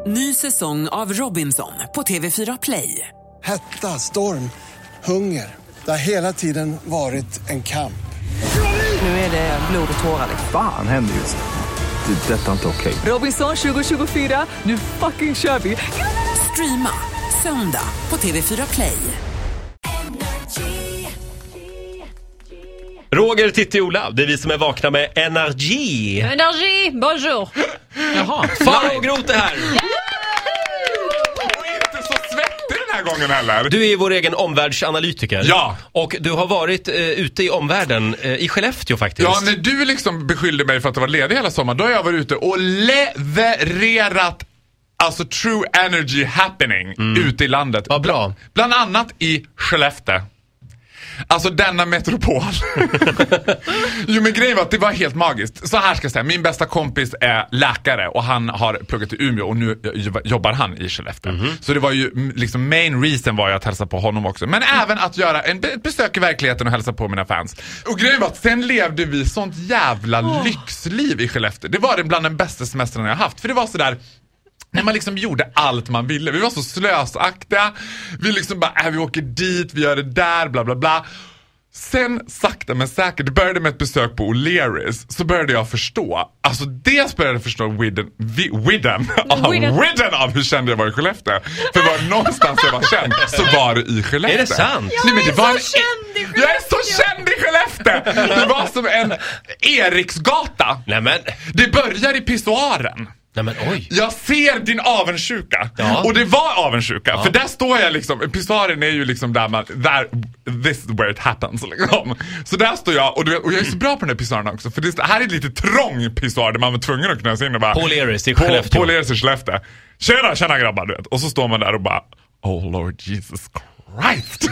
Ny säsong av Robinson på TV4 Play. Hetta, storm, hunger. Det har hela tiden varit en kamp. Nu är det blod och tårar. Fan händer just nu. Det är detta inte okej. Robinson 2024, nu fucking kör vi. Streama söndag på TV4 Play. Roger, Titti, Ola, det är vi som är vakna med Energy. Energy, bonjour. Jaha, Farao Groth är här. Och inte så svettig den här gången heller. Du är vår egen omvärldsanalytiker. Ja. Och du har varit ute i omvärlden, i Skellefteå faktiskt. Ja, när du liksom beskyllde mig för att vara ledig hela sommaren, då har jag varit ute och levererat alltså true energy happening ute i landet. Vad bra. Bland annat i Skellefteå. Alltså denna metropol. Jo, men grejen var att det var helt magiskt. Så här ska jag säga, min bästa kompis är läkare och han har pluggat i Umeå och nu jobbar han i Skellefteå. Så det var ju liksom main reason var ju att hälsa på honom också. Men även att göra ett besök i verkligheten och hälsa på mina fans. Och grejen var att sen levde vi sånt jävla lyxliv i Skellefteå. Det var bland den bästa semestern jag haft. För det var sådär när man liksom gjorde allt man ville. Vi var så slösaktiga. Vi liksom bara, vi åker dit, vi gör det där, bla bla bla. Sen sakta men säkert, det började med ett besök på O'Learys. Så började jag förstå. Alltså dels började jag förstå widden av hur känd jag var i Skellefteå. För var det någonstans jag var känd så var det i Skellefteå. Är det sant? Nej, men det var jag är så känd i Skellefteå. Det var som en Eriksgata. Nämen. Det börjar i pissoaren. Nej, men oj. Jag ser din avundsjuka. Ja. Och det var avundsjuka. Ja. För där står jag liksom. Pissoaren är ju liksom this is where it happens liksom. Så där står jag. Och jag är så bra på den här pissoaren också. För det här är lite trång pissoar där man var tvungen att kunna se in och bara Paul Eris i Skellefteå. Paul Eris i Skellefteå. Tjena grabbar, du vet. Och så står man där och bara, oh Lord Jesus Christ.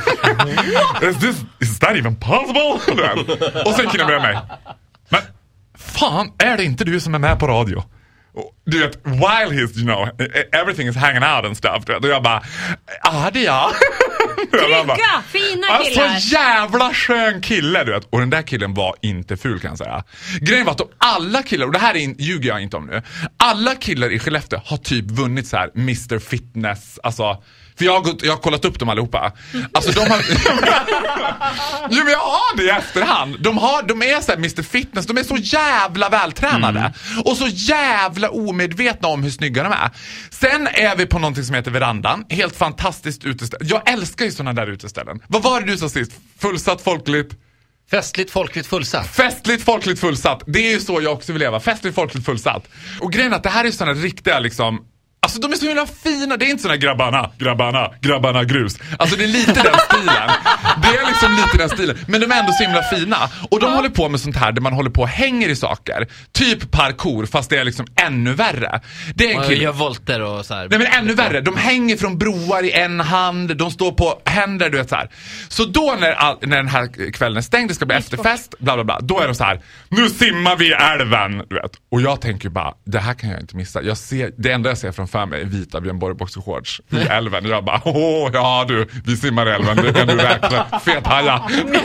Is that even possible? Och sen killen börjar mig. Men fan, är det inte du som är med på radio? Du vet, while he's, you know, everything is hanging out and stuff. Och jag bara, det är jag. Trygga, fina killar. Alltså jävla skön kille, du vet. Och den där killen var inte ful, kan jag säga. Grejen var att alla killar, och det här ljuger jag inte om nu. Alla killar i Skellefteå har typ vunnit så här Mr. Fitness, alltså. För jag har kollat upp dem allihopa. Alltså de har jo, men jag har det i efterhand. De är så här Mr. Fitness. De är så jävla vältränade. Och så jävla omedvetna om hur snygga de är. Sen är vi på någonting som heter Verandan. Helt fantastiskt uteställe. Jag älskar ju sådana där uteställen. Vad var det du sa sist? Fullsatt, folkligt? Festligt, folkligt, fullsatt. Festligt, folkligt, fullsatt. Det är ju så jag också vill leva. Festligt, folkligt, fullsatt. Och grejen är att det här är sådana riktiga liksom. Alltså de är så himla fina. Det är inte såna grabbarna grus. Alltså det är lite den stilen. Det är liksom lite den stilen. Men de är ändå så himla fina. Och de håller på med sånt här där man håller på och hänger i saker. Typ parkour, fast det är liksom ännu värre. Det är en kille. Gör volter och så här. Nej, men ännu värre. De hänger från broar i en hand. De står på händer, du vet så här. Så då när den här kvällen är stängd, det ska bli efterfest, bla bla bla. Då är de så här, nu simmar vi i älven, du vet. Och jag tänker bara, det här kan jag inte missa. Jag ser, det enda jag ser framför mig är vita Björn Borg boxershorts i älven. Och jag bara, ja du, vi simmar i älven. Det kan du räkna. Fet haja.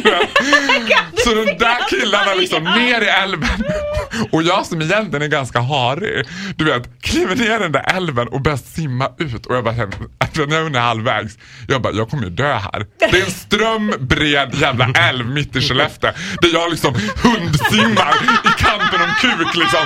Så de där killarna liksom ner i älven. Och jag som egentligen är ganska harig, du vet, kliver ner den där älven och börjar simma ut. Och jag bara, när jag är halvvägs, jag bara, jag kommer ju dö här. Det är en strömbred jävla älv mitt i Skellefteå. Där jag liksom hundsimmar i kampen om kuk liksom.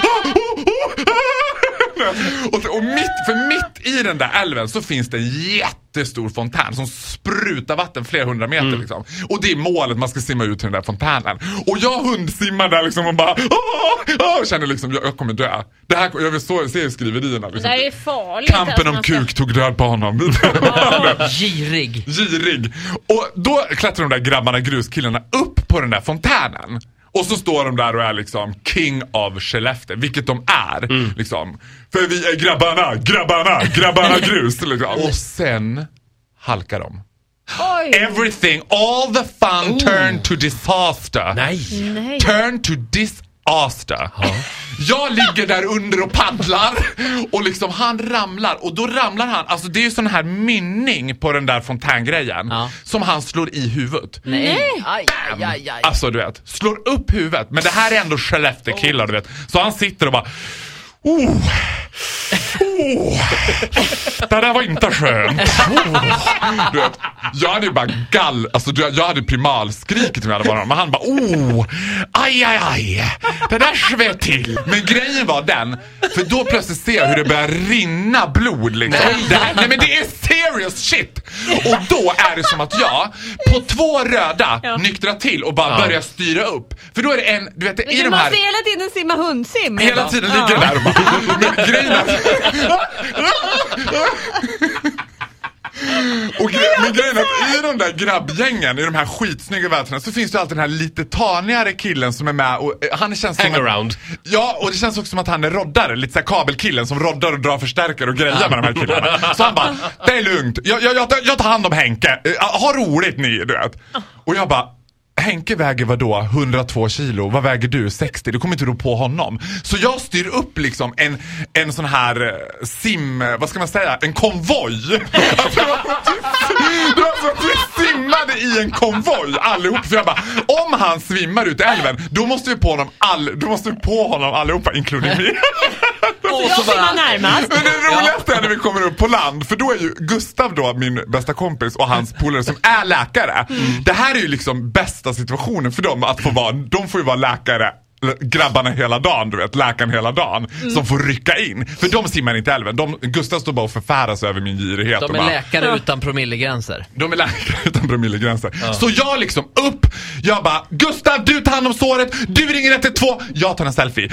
Och mitt i den där älven så finns det en jättestor fontän som sprutar vatten flera hundra meter liksom. Och det är målet, man ska simma ut till den där fontänen. Och jag hundsimmar där liksom och bara känner liksom, jag kommer dö. Det här, jag vill se skriverierna liksom. Det här är farligt. Kampen om kuk tog död på honom. Girig. Och då klättrar de där grabbarna, gruskillarna, upp på den där fontänen. Och så står de där och är liksom king of Skellefteå, vilket de är liksom. För vi är grabbarna grus liksom. Och sen halkar de. Oj. Everything, all the fun turned to disaster. Nej. Turn to disaster. Jag ligger där under och paddlar. Och liksom han ramlar. Och då ramlar han. Alltså det är ju sån här mynning på den där fontängrejen som han slår i huvudet. Nej. Aj. Alltså du vet, slår upp huvudet. Men det här är ändå Skellefteå killar, du vet. Så han sitter och bara det där var inte skönt. Du vet, jag hade ju bara jag hade primalskrikit om jag hade varit. Men han bara, aj, det där sved till. Men grejen var den, för då plötsligt ser jag hur det börjar rinna blod liksom. Nej men det är serious shit. Och då är det som att jag på 2 röda nyktrar till och bara börjar styra upp. För då är det en, du vet, i de här... måste hela tiden simma hundsim. Hela tiden ligger där och bara... Men grejen är... Men grejen är att i de där grabbgängen, i de här skitsnygga vätrarna, så finns det alltid den här lite tanigare killen som är med och han känns som hangaround. Ja, och det känns också som att han är roddare, lite så här kabelkillen som roddar och drar förstärkare och grejer med de här killarna. Så han bara, det är lugnt, jag tar hand om Henke, ha roligt ni, du vet. Och jag bara, Henke väger vadå? 102 kilo. Vad väger du? 60. Du kommer inte rå på honom. Så jag styr upp liksom en sån här vad ska man säga? En konvoj. Vi simmade i en konvoj allihop. För jag bara, om han svimmar ut i älven, då måste vi på honom allihopa, inklusive mig. Och så bara närmast. Men det roligaste är när vi kommer upp på land, för då är ju Gustav då min bästa kompis och hans polare som är läkare. Det här är ju liksom bästa situationen för dem att få vara, de får ju vara läkare, grabbarna hela dagen, du vet, läkaren hela dagen som får rycka in, för de simmar inte i älven. Gustav står bara och förfäras över min girighet. De är läkare utan promillegränser. De är läkare utan promillegränser. Så jag liksom upp, jag bara, Gustav, du tar hand om såret, du ringer 112, jag tar en selfie.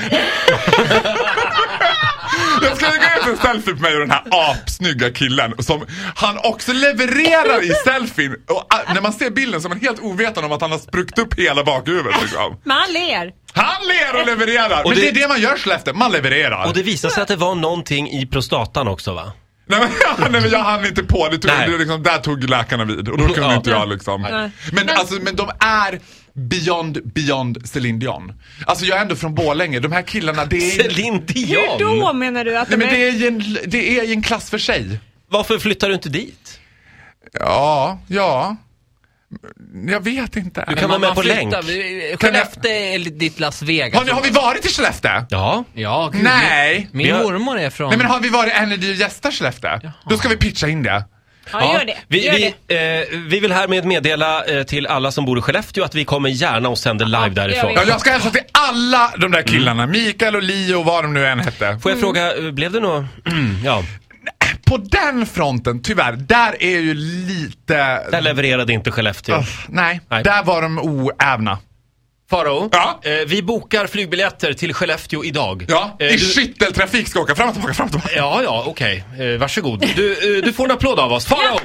Jag ska lägga ut en selfie på mig och den här apsnygga killen som han också levererar i selfien. Och när man ser bilden så är man helt ovetande om att han har spruckt upp hela bakhuvudet liksom. Men han ler. Han ler och levererar. Och men det är det man gör Skellefteå, man levererar. Och det visar sig att det var någonting i prostatan också, va? Nej men jag hann inte på det liksom, där tog läkarna vid. Och då kunde inte jag liksom. Men de är beyond Céline Dion. Alltså jag är ändå från Borlänge. De här killarna, det är... Céline Dion? Hur då menar du att nej, men det är en klass för sig. Varför flyttar du inte dit? Ja. Jag vet inte. Du kan vara med på länk. Skellefteå är ditt Las Vegas. Har vi varit i Skellefteå? Ja, gud. Nej. Min mormor är från... Nej, men har vi varit en av de gäster Skellefteå? Då ska vi pitcha in det. Ja, gör det. Vi vill härmed meddela till alla som bor i Skellefteå att vi kommer gärna och sänder live därifrån. Ja, jag ska hälsa till alla de där killarna. Mikael och Leo, vad de nu än hette. Får jag fråga, blev det nog... ja. På den fronten, tyvärr, där är ju lite... Där levererade inte Skellefteå. Nej, där var de oävna. Faro, ja? Vi bokar flygbiljetter till Skellefteå idag. Ja, i skytteltrafik ska åka fram och tillbaka. Ja, okej. Varsågod. Du får en applåd av oss. Faro! Ja.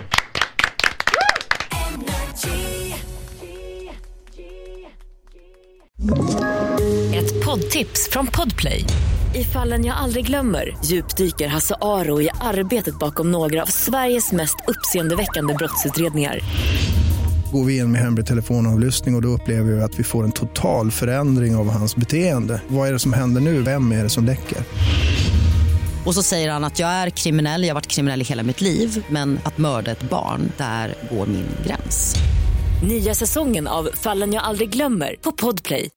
Ett poddtips från Podplay. I Fallen jag aldrig glömmer djupdyker Hasse Aro i arbetet bakom några av Sveriges mest uppseendeväckande brottsutredningar. Går vi in med hemlig telefonavlyssning och då upplever vi att vi får en total förändring av hans beteende. Vad är det som händer nu? Vem är det som läcker? Och så säger han att jag är kriminell, jag har varit kriminell i hela mitt liv. Men att mörda ett barn, där går min gräns. Nya säsongen av Fallen jag aldrig glömmer på Podplay.